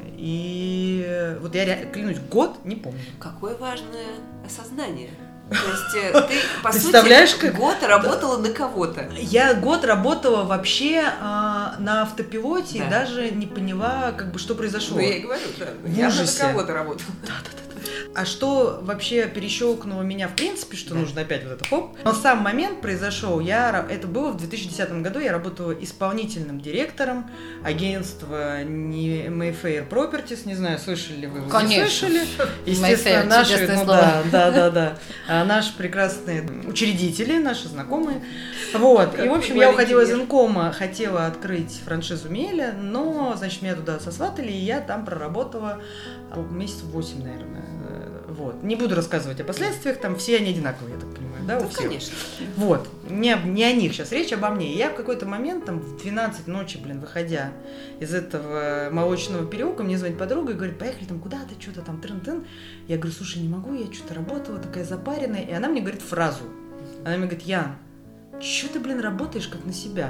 И вот я, клянусь, год не помню. Какое важное осознание. То есть ты, по Представляешь, сути, как... год работала на кого-то. Я год работала вообще а, на автопилоте, да. И даже не поняла, как бы, что произошло. Ну, я и говорю, да. В я ужасе. на кого-то работала. Да, да, да. А что вообще перещелкнуло меня в принципе, что да. нужно опять вот это хоп. Но сам момент произошел, я, это было в две тысячи десятом году, я работала исполнительным директором агентства Mayfair Properties, не знаю, слышали ли вы его? Конечно. Не слышали? Естественно, Mayfair, наши, ну, да, да, да, да, а наши прекрасные учредители, наши знакомые. Вот, как и в общем я уходила из Инкома, хотела открыть франшизу Меля, но, значит, меня туда сосватали, и я там проработала месяцев восемь, наверное. Вот. Не буду рассказывать о последствиях, там все они одинаковые, я так понимаю, да, ну, у всех? Конечно. Вот, не, не о них сейчас речь, обо мне. И я в какой-то момент, там, в двенадцать ночи, блин, выходя из этого молочного переулка, мне звонит подруга и говорит, поехали там куда-то, что-то там, трын-тын. Я говорю, слушай, не могу, я что-то работала, такая запаренная. И она мне говорит фразу. Она мне говорит, Ян, что ты, блин, работаешь как на себя?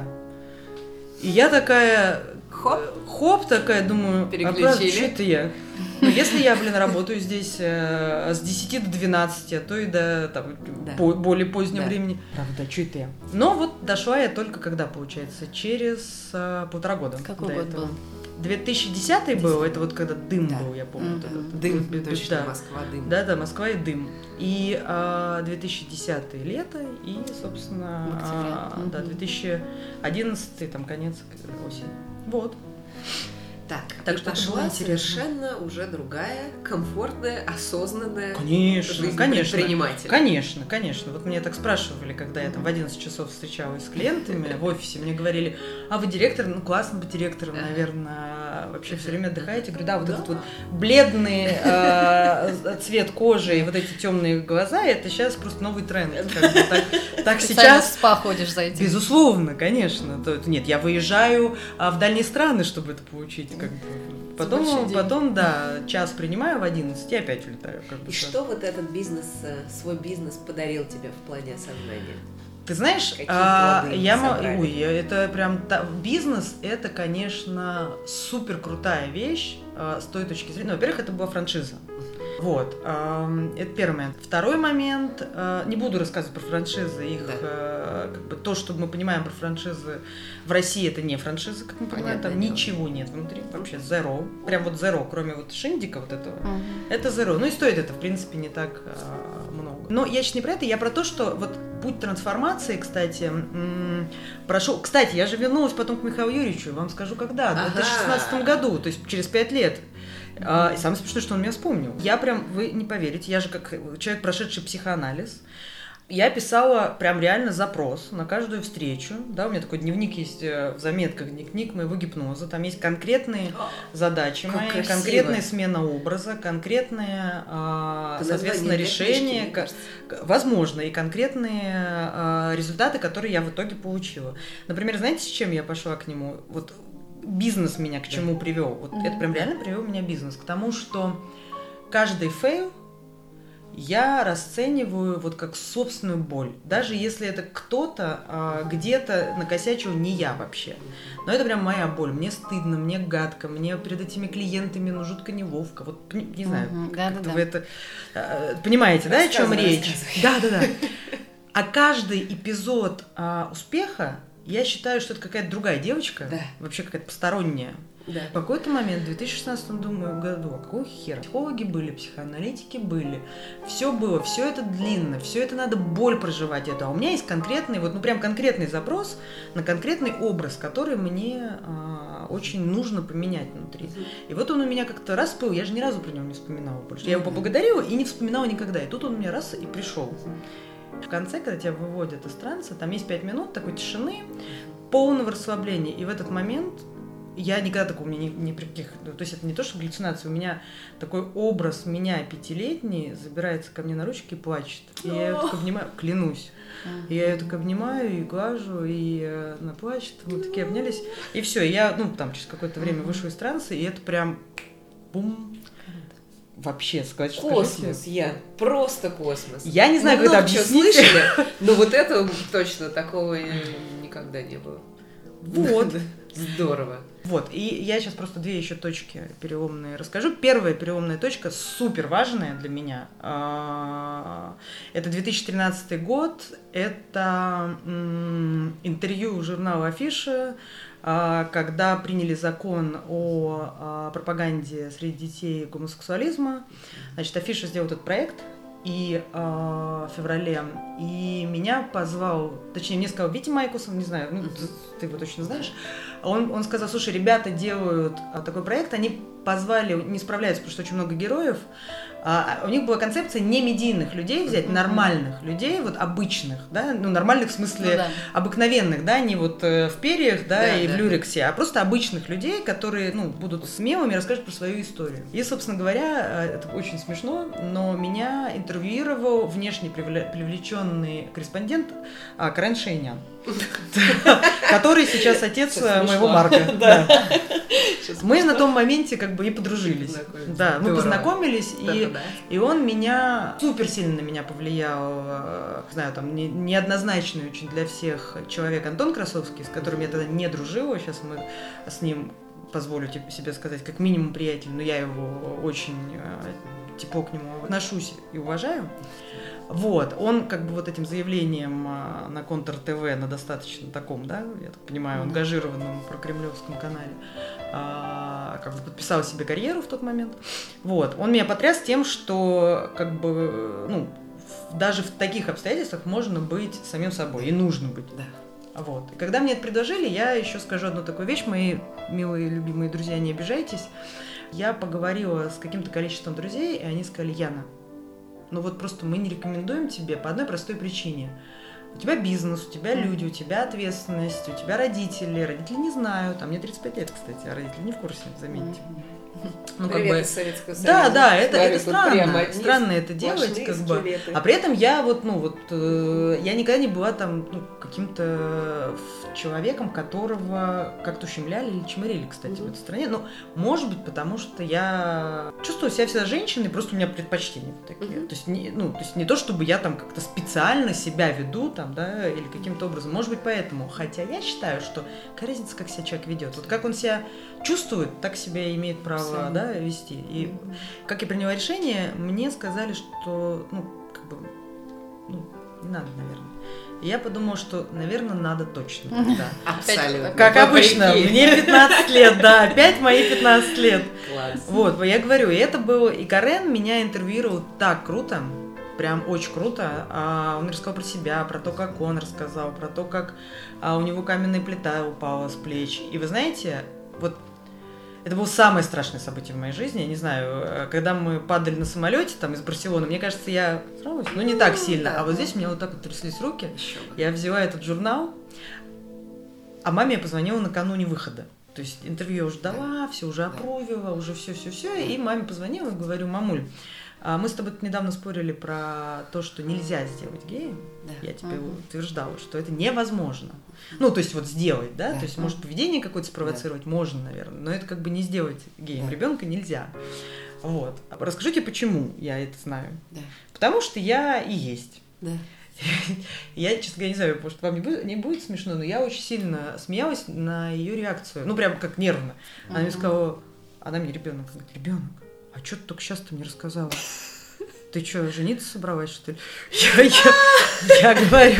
И я такая, хоп, хоп такая, думаю, а правда, что это я? Ну, если я, блин, работаю здесь э, с десяти до двенадцати, а то и до там, да. по, более позднего да. времени. Правда, что это я? Но вот дошла я только когда, получается, через э, полтора года. Какой год был? две тысячи десятый был, это вот когда дым да. был, я помню. Mm-hmm. Этот, дым, этот, точно, да. Москва, дым. Да, да, Москва и дым. И э, две тысячи десятый лето, и, собственно, э, mm-hmm. да, две тысячи одиннадцатый, там, конец осени. Вот. Так, так и что пошла совершенно уже другая, комфортная, осознанная конечно, жизнь конечно, предпринимателя. Конечно, конечно. Вот меня так спрашивали, когда я там в одиннадцать часов встречалась с клиентами в офисе, мне говорили, а вы директор? Ну, классно быть директором, наверное, вообще все время отдыхаете. Я говорю, да, вот да. этот вот бледный э, цвет кожи и вот эти темные глаза, это сейчас просто новый тренд. Как бы, так, так сейчас... в спа ходишь за этим. Безусловно, конечно. То, нет, я выезжаю а, в дальние страны, чтобы это получить. Как бы. Потом, потом, да, час принимаю в одиннадцать и опять улетаю. Как бы, и что вот этот бизнес, свой бизнес подарил тебе в плане осознания? Ты знаешь, а, я, ой, это прям та, бизнес, это, конечно, супер крутая вещь а, с той точки зрения. Ну, во-первых, это была франшиза. Вот, э, это первый момент. Второй момент, э, не буду рассказывать про франшизы, их, да. э, как бы то, что мы понимаем про франшизы в России, это не франшиза, как мы понимаем, там дело. Ничего нет внутри, вообще zero, прям вот zero, кроме вот шиндика вот этого, uh-huh. это zero, ну и стоит это, в принципе, не так э, много. Но я сейчас не про это, я про то, что вот путь трансформации, кстати, м- прошел, кстати, я же вернулась потом к Михаилу Юрьевичу, вам скажу, когда, в две тысячи шестнадцатом году, то есть через пять лет. А, и самое смешное, что он меня вспомнил. Я прям, вы не поверите, я же как человек, прошедший психоанализ, я писала прям реально запрос на каждую встречу, да, у меня такой дневник есть в заметках, дневник моего гипноза, там есть конкретные задачи как мои, красиво. Конкретная смена образа, конкретные, э, соответственно, решения, книжки, возможно, и конкретные э, результаты, которые я в итоге получила. Например, знаете, с чем я пошла к нему? Вот бизнес меня к чему привел? Вот mm-hmm. это прям реально привел меня бизнес к тому, что каждый фейл я расцениваю вот как собственную боль. Даже если это кто-то а, где-то накосячил, не я вообще. Но это прям моя боль. Мне стыдно, мне гадко, мне перед этими клиентами ну жутко неловко. Вот не, не знаю, угу, как да, да, вы это а, понимаете, да, о чем речь? Да, да, да. А каждый эпизод а, успеха, я считаю, что это какая-то другая девочка, да. вообще какая-то посторонняя. Да. В какой-то момент, в две тысячи шестнадцатом думаю, году, а какого хера? Психологи были, психоаналитики были, все было, все это длинно, все это надо боль проживать это. А у меня есть конкретный, вот ну прям конкретный запрос на конкретный образ, который мне а, очень нужно поменять внутри. И вот он у меня как-то раз был, я же ни разу про него не вспоминала больше. Я его поблагодарила и не вспоминала никогда. И тут он у меня раз и пришел. В конце, когда тебя выводят из транса, там есть пять минут такой тишины, полного расслабления. И в этот момент я никогда такого, у меня ни, ни при каких, то есть это не то, что галлюцинация, у меня такой образ меня пятилетний забирается ко мне на ручки и плачет. И я ее так обнимаю, клянусь. И я ее так обнимаю и глажу, и она плачет, мы такие обнялись. И все, я, ну, там, через какое-то время вышла из транса, и это прям бум. Вообще, сказать, что космос, я просто космос. Я не знаю, как это объяснить. Слышали, но вот это точно такого никогда не было. Вот. Здорово. Вот, и я сейчас просто две еще точки переломные расскажу. Первая переломная точка, супер важная для меня, это две тысячи тринадцатый год, это интервью журнала «Афиша», когда приняли закон о пропаганде среди детей гомосексуализма. Значит, «Афиша» сделал этот проект и э, в феврале, и меня позвал, точнее, мне сказал Витя Майкусов, не знаю, ну, ты его точно знаешь, он, он сказал, слушай, ребята делают такой проект, они позвали, не справляются, потому что очень много героев, а у них была концепция не медийных людей взять, нормальных людей, вот обычных, да, ну, нормальных в смысле ну, да. обыкновенных, да, не вот в перьях, да, да и да. в люрексе, а просто обычных людей, которые, ну, будут смелыми и расскажут про свою историю. И, собственно говоря, это очень смешно, но меня интервьюировал внешне привлеченный корреспондент Карен Шейнян, который сейчас отец моего Марка. Мы на том моменте как бы и подружились. Да, мы познакомились, и, и он меня, супер сильно на меня повлиял, не знаю, там, не, неоднозначный очень для всех человек Антон Красовский, с которым я тогда не дружила, сейчас мы с ним, позволю себе сказать, как минимум приятель, но я его очень тепло к нему отношусь и уважаю. Вот, он как бы вот этим заявлением на Контр ТВ, на достаточно таком, да, я так понимаю, ангажированном прокремлевском канале, а, как бы подписал себе карьеру в тот момент. Вот, он меня потряс тем, что как бы, ну, даже в таких обстоятельствах можно быть самим собой, и нужно быть. Да. Вот. И когда мне это предложили, я еще скажу одну такую вещь, мои милые, любимые друзья, не обижайтесь. Я поговорила с каким-то количеством друзей, и они сказали: Яна, ну вот просто мы не рекомендуем тебе по одной простой причине. У тебя бизнес, у тебя люди, у тебя ответственность, у тебя родители. Родители не знают, а мне тридцать пять лет, кстати, а родители не в курсе, заметьте. Ну, Привет, как бы... Советского Союза. Да, да, это, это странно, странно это делать, как бы. А при этом я вот, ну вот, э, я никогда не была там ну, каким-то человеком, которого как-то ущемляли или чмырили, кстати, mm-hmm. в этой стране. Ну, может быть, потому что я чувствую себя всегда женщиной, просто у меня предпочтения такие. Mm-hmm. То есть, не, ну, то есть не то, чтобы я там как-то специально себя веду, там, да, или каким-то образом. Может быть, поэтому. Хотя я считаю, что какая разница, как себя человек ведет. Вот как он себя чувствует, так себя и имеет право, да, вести. И mm-hmm. как я приняла решение, мне сказали, что, ну, как бы, ну, не надо, наверное. И я подумала, что, наверное, надо точно тогда. Абсолютно. Как обычно, мне пятнадцать лет, да, опять мои пятнадцать лет. Класс. Вот, я говорю, и это было, и Карен меня интервьюировал так круто, прям очень круто. А он рассказал про себя, про то, как он рассказал, про то, как а, у него каменная плита упала с плеч. И вы знаете, вот Это было самое страшное событие в моей жизни. Я не знаю, когда мы падали на самолете там из Барселоны, мне кажется, я справилась, ну не так сильно. А вот здесь у меня вот так вот тряслись руки. Я взяла этот журнал, а маме я позвонила накануне выхода. То есть интервью я уже дала, все уже опровила, уже все-все-все. И маме позвонила и говорю: мамуль, мы с тобой недавно спорили про то, что нельзя сделать геем. Да. Я тебе uh-huh. утверждала, что это невозможно. Ну, то есть вот сделать, да? да. То есть, может, поведение какое-то спровоцировать да. можно, наверное, но это как бы не сделать геем. Да. Ребенка нельзя. Вот. Расскажу тебе, почему я это знаю. Да. Потому что я и есть. Да. Я, честно говоря, не знаю, может, вам не будет, не будет смешно, но я очень сильно смеялась на ее реакцию. Ну, прям как нервно. Она uh-huh. мне сказала, она мне ребенок, говорит: ребенок, а что ты только сейчас ты мне рассказала? Ты что, жениться собралась, что ли? Я, я, я говорю,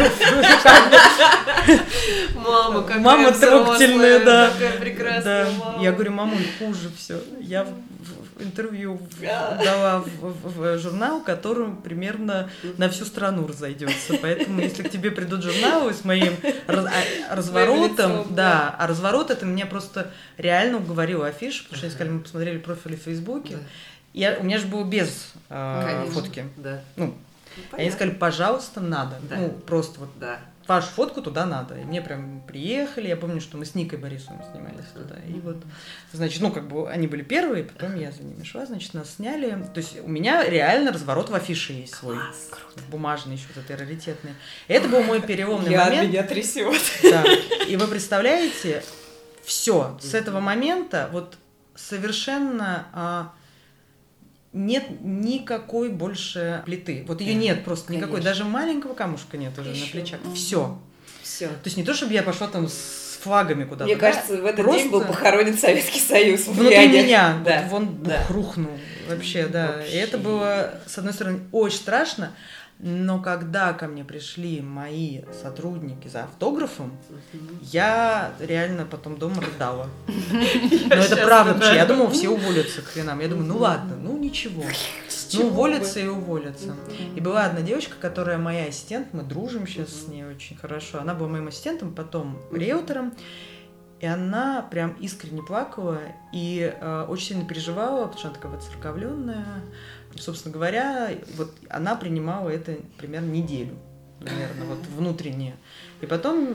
мама, какая мама трогательная, да. Какая прекрасная да. мама. Я говорю: мамуль, хуже все. Я в, в интервью дала в, в, в журнал, которым примерно на всю страну разойдется. Поэтому, если к тебе придут журналы с моим раз, а, разворотом, лицом, да, да, а разворот это меня просто реально уговорила афиша, потому что они сказали, мы посмотрели профили в Фейсбуке. Да. Я, у меня же было без э, фотки. Да. Ну, ну они сказали, пожалуйста, надо. Да. Ну, просто вот да. вашу фотку туда надо. И мне прям приехали. Я помню, что мы с Никой Борисовым снимались uh-huh. туда. И вот, значит, ну, как бы они были первые, потом uh-huh. я за ними шла, значит, нас сняли. То есть у меня реально разворот в афише есть свой. Класс, круто. Бумажный еще, вот этот раритетный. И это был мой переломный я момент. Меня трясет. Да. И вы представляете, все, с этого момента вот совершенно... А, нет никакой больше плиты. Вот ее нет просто Конечно. Никакой. Даже маленького камушка нет уже Еще. На плечах. Все. Все. То есть не то, чтобы я пошла там с флагами куда-то. Мне да? кажется, в этот просто... день был похоронен Советский Союз. Внутри меня. Да. Вот он да. рухнул. Вообще, да. Вообще. И это было, с одной стороны, очень страшно. Но когда ко мне пришли мои сотрудники за автографом, uh-huh. я реально потом дома рыдала. Но это правда, потому что я думала, все уволятся к хренам. Я думаю, ну ладно, ну ничего. Ну, уволятся и уволятся. И была одна девочка, которая моя ассистент, мы дружим сейчас с ней очень хорошо. Она была моим ассистентом, потом риэлтором. И она прям искренне плакала и э, очень сильно переживала, потому что она такая воцерковленная. Собственно говоря, вот она принимала это примерно неделю, наверное, вот внутренне. И потом,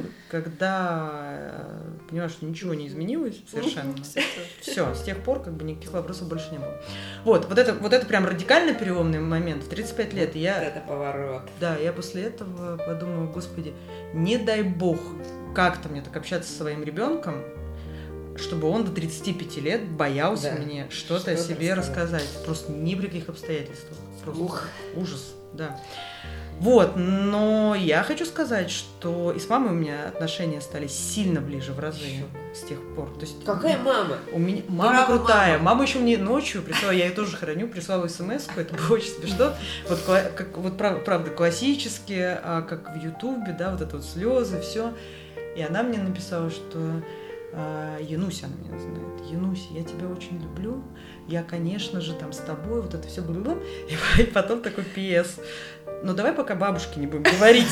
когда поняла, что ничего не изменилось совершенно, все, с тех пор как бы никаких вопросов больше не было. Вот, вот это, вот это прям радикально переломный момент в тридцать пять лет. Я, это поворот. Да, я после этого подумала, господи, не дай бог как-то мне так общаться со своим ребенком, чтобы он до тридцати пяти лет боялся да. мне что-то, что-то о себе рассказать. рассказать. Просто ни при каких обстоятельствах. Просто Ух. ужас, да. Вот, но я хочу сказать, что и с мамой у меня отношения стали сильно ближе в разы Еще. С тех пор. То есть, какая мама? У меня мама Браво, крутая. Мама. мама еще мне ночью прислала, я ее тоже храню, прислала смс-ку, это было очень смешно. Вот, как, вот правда, классически, как в Ютубе, да, вот это вот слезы, все. И она мне написала, что Януся, она меня знает. Януся, я тебя очень люблю. Я, конечно же, там с тобой, вот это все было. И потом такой пи эс. Ну, давай пока бабушке не будем говорить.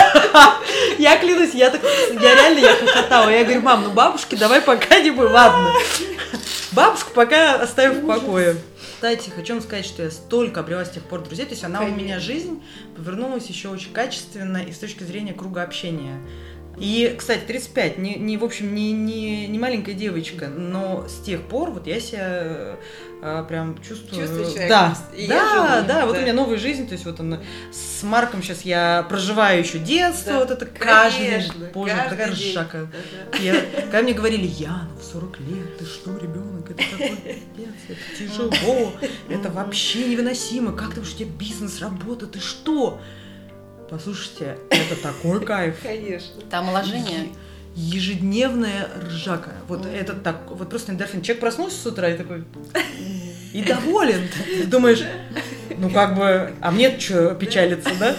Я клянусь, я так, я реально, я хохотала. Я говорю, мам, ну бабушке давай пока не будем, ладно. Бабушку пока оставим в покое. Кстати, хочу вам сказать, что я столько обрела с тех пор друзей. То есть она у меня жизнь повернулась еще очень качественно и с точки зрения круга общения. И, кстати, тридцать пять, не, не в общем, не, не, не маленькая девочка, но с тех пор вот я себя а, прям чувствую... Чувствуешь человек. Да, и да, я живу, да, да, вот у меня новая жизнь, то есть вот он, с Марком сейчас я проживаю еще детство, да, вот это каждый день, боже, такая ржака. Да, да. Когда мне говорили, Яна, в сорок лет, ты что, ребенок, это такой пипец, это тяжело, это вообще невыносимо, как ты, у тебя бизнес, работа, ты что? Послушайте, это такой кайф. Конечно. Там уложение. Ежедневная ржака. Вот mm. это так, вот просто эндорфин. Человек проснулся с утра и такой, и доволен. Ты думаешь, ну как бы, а мне что печалиться, да?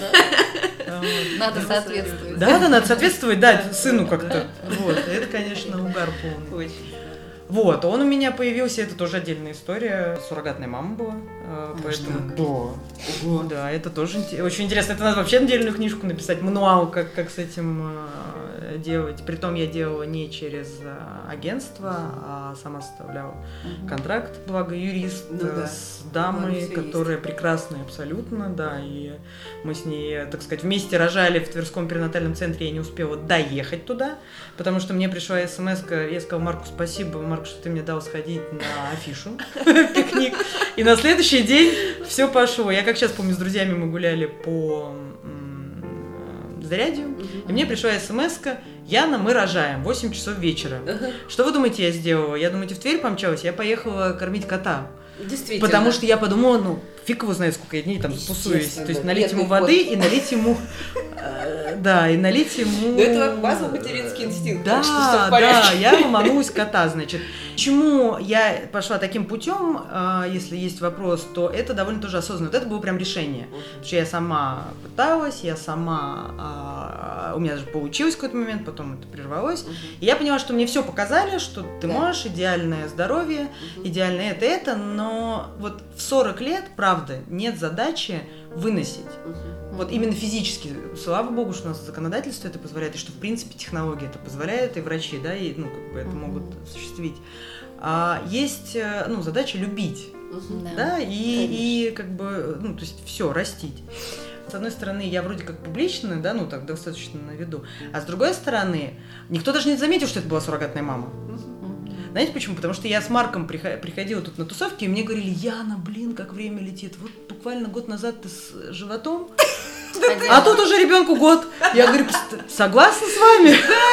Надо соответствовать. Да, да, надо соответствовать, да, сыну как-то. Вот, это, конечно, угар полный. Очень. Вот, он у меня появился, это тоже отдельная история, суррогатная мама была, А, поэтому, что? да, Ого. да, это тоже инте- очень интересно, это надо вообще отдельную книжку написать, мануал, как, как с этим э, делать, притом я делала не через э, агентство, а сама составляла Мгм. контракт, благо юрист Ну э, да. с дамой, Благо всё которая прекрасная абсолютно, да, и мы с ней, так сказать, вместе рожали в Тверском перинатальном центре, я не успела доехать туда, потому что мне пришла смс-ка, я сказала: Марку, спасибо, Марк, что ты мне дал сходить на афишу, пикник, и на следующий день все пошло. Я как сейчас помню, с друзьями мы гуляли по м, Зарядью, и мне пришла смс-ка: Яна, мы рожаем, восемь часов вечера. Что вы думаете, я сделала? Я, думаете, в Тверь помчалась? Я поехала кормить кота. Действительно. Потому что я подумала, ну, фиг его знает, сколько я дней там тусуюсь. Естественно, То есть да. налить Бедный ему воды кот. и налить ему... э, Да, и налить ему... Ну, это базовый материнский инстинкт, Да, так что всё в да, порядке. я ломанулась кота, значит. Почему я пошла таким путем, э, если есть вопрос, то это довольно тоже осознанно. Вот это было прям решение. Потому что я сама пыталась, я сама... э, У меня даже получилось в какой-то момент, потом это прервалось. И я поняла, что мне все показали, что ты Да. можешь, идеальное здоровье, идеальное это, это, но вот в сорок лет, правда, нет задачи выносить. Вот именно физически. Слава богу, что у нас законодательство это позволяет, и что, в принципе, технологии это позволяют, и врачи, да, и, ну, как бы это Мгм. могут осуществить. А есть, э, ну, задача любить, Да. да, и, и как бы, ну, то есть все, растить. С одной стороны, я вроде как публичная, да, ну, так достаточно на виду, а с другой стороны, никто даже не заметил, что это была суррогатная мама. Знаете почему? Потому что я с Марком прихо- приходила тут на тусовки, и мне говорили: Яна, блин, как время летит. Вот буквально год назад ты с животом, а тут уже ребенку год. Я говорю: «Пс- согласна с вами.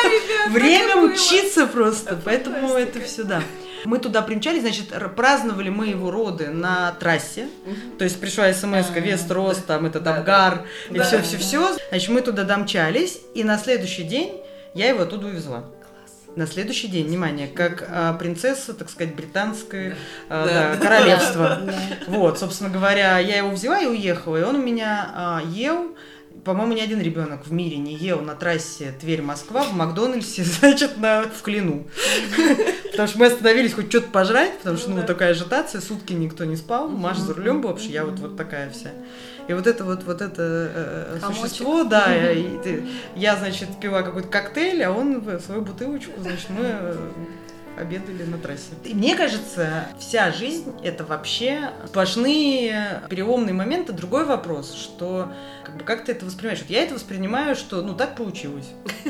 Время мчится просто, поэтому это все, да. Мы туда примчались, значит, р- праздновали мы его роды на трассе. То есть пришла смс-ка, вес, рост, там этот Да, Абгар, и Да. все-все-все. Значит, мы туда домчались, и на следующий день я его оттуда увезла. На следующий день, внимание, как а, принцесса, так сказать, британское а, Да. да, королевство. Да. Вот, собственно говоря, я его взяла и уехала, и он у меня а, ел. По-моему, ни один ребенок в мире не ел на трассе Тверь-Москва в Макдональдсе, значит, на, в Клину. Потому что мы остановились хоть что-то пожрать, потому что, ну, такая ажитация, сутки никто не спал, Маша за рулем была, потому что я вот, вот такая вся. И вот это вот, вот это э, Комочек. существо, да, и ты- я, значит, пила какой-то коктейль, а он в свою бутылочку, значит, мы э, обедали на трассе. И мне кажется, вся жизнь — это вообще сплошные переломные моменты. Другой вопрос, что как бы как ты это воспринимаешь? Вот я это воспринимаю, что ну так получилось.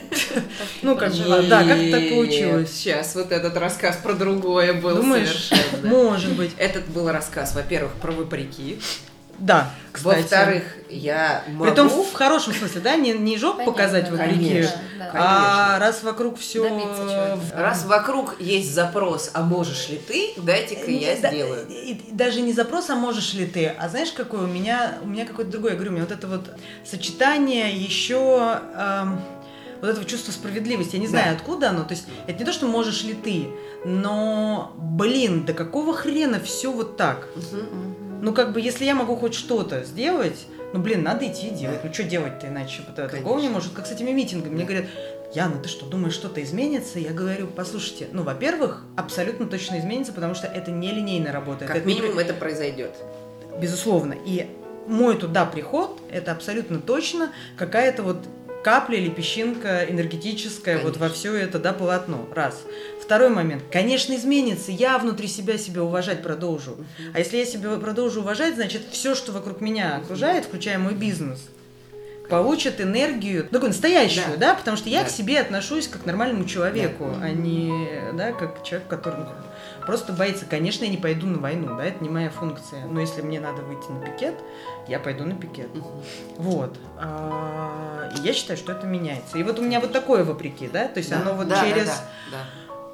Ну, как бы, да, как так получилось. Сейчас вот этот рассказ про другое был Думаешь? совершенно. Может быть. Этот был рассказ, во-первых, про выпарики. Да, кстати. Во-вторых, я могу... Притом в хорошем смысле, да, не, не жопу Понятно, показать да. вопреки, Конечно, Да, да. а раз вокруг все... Добиться чего-то. Раз вокруг есть запрос, а можешь ли ты, дайте-ка я сделаю. Даже не запрос, а можешь ли ты, а знаешь, какой у меня, у меня какое-то другое, я говорю, у меня вот это вот сочетание еще эм, вот этого чувства справедливости, я не знаю, Да. откуда оно, то есть это не то, что можешь ли ты, но, блин, да какого хрена все вот так? Ну, как бы, если я могу хоть что-то сделать, ну, блин, надо идти и делать. Ну, что делать-то иначе? Потому что другого не может. Как с этими митингами. Мне говорят: Яна, ты что, думаешь, что-то изменится? Я говорю: послушайте, ну, во-первых, абсолютно точно изменится, потому что это не линейная работа. Как Это не минимум при- это произойдет. Безусловно. И мой туда приход, это абсолютно точно какая-то вот капля или песчинка энергетическая вот во все это, да, полотно. Раз. Второй момент. Конечно, изменится. Я внутри себя себя уважать продолжу. А если я себя продолжу уважать, значит, все, что вокруг меня окружает, включая мой бизнес, получит энергию, такую настоящую, да, Да. потому что я Да. к себе отношусь как к нормальному человеку, Да. а не, да, как человек, который ну, просто боится. Конечно, я не пойду на войну, да, это не моя функция, но если мне надо выйти на пикет, я пойду на пикет. Вот. А, и я считаю, что это меняется. И вот у меня вот такое вопреки, да, то есть Да, оно вот да, через да, да,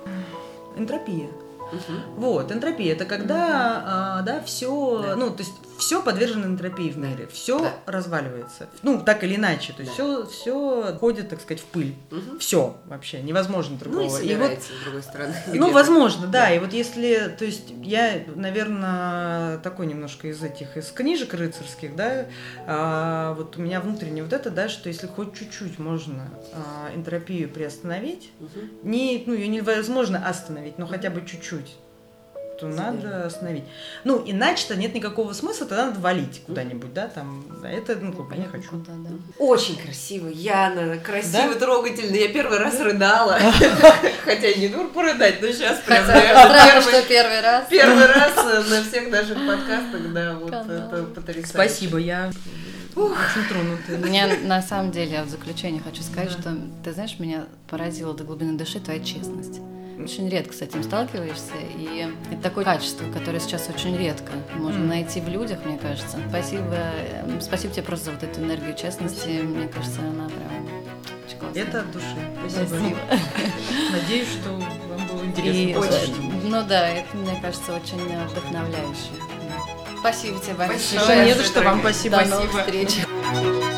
энтропия. да. Мгм. Вот, энтропия — это когда, а, да, все, Да. ну, то есть все подвержено энтропии в мире, все да. разваливается. Ну, так или иначе. То есть да. все, все ходит, так сказать, в пыль. Угу. Все вообще. Невозможно другого. Ну, и собирается, и вот, с другой стороны. Ну, возможно, да. да. И вот если, то есть, я, наверное, такой немножко из этих, из книжек рыцарских, да, а, вот у меня внутренне вот это, да, что если хоть чуть-чуть можно а, энтропию приостановить, угу. не, ну, ее невозможно остановить, но хотя бы чуть-чуть, то надо остановить. Ну, иначе-то нет никакого смысла, тогда надо валить куда-нибудь, да, там, это, ну, как бы не хочу. Куда, да. Очень красиво, Яна, красиво, да? трогательно. Я первый раз рыдала. Хотя не дур порыдать, но сейчас прям, наверное, что первый раз. Первый раз на всех наших подкастах, да, вот это потрясающе. Спасибо, я очень тронута. Меня, на самом деле, я в заключение хочу сказать, что, ты знаешь, меня поразила до глубины души твоя честность. Очень редко с этим сталкиваешься, и это такое качество, которое сейчас очень редко можно mm. найти в людях, мне кажется. Спасибо, спасибо тебе просто за вот эту энергию честности, мне кажется, она прям очень классная. Это от души. Спасибо. Спасибо. Надеюсь, что вам было интересно. И очень, ну да, это, мне кажется, очень вдохновляюще. Спасибо тебе большое. Не за что, вам спасибо. До новых встреч.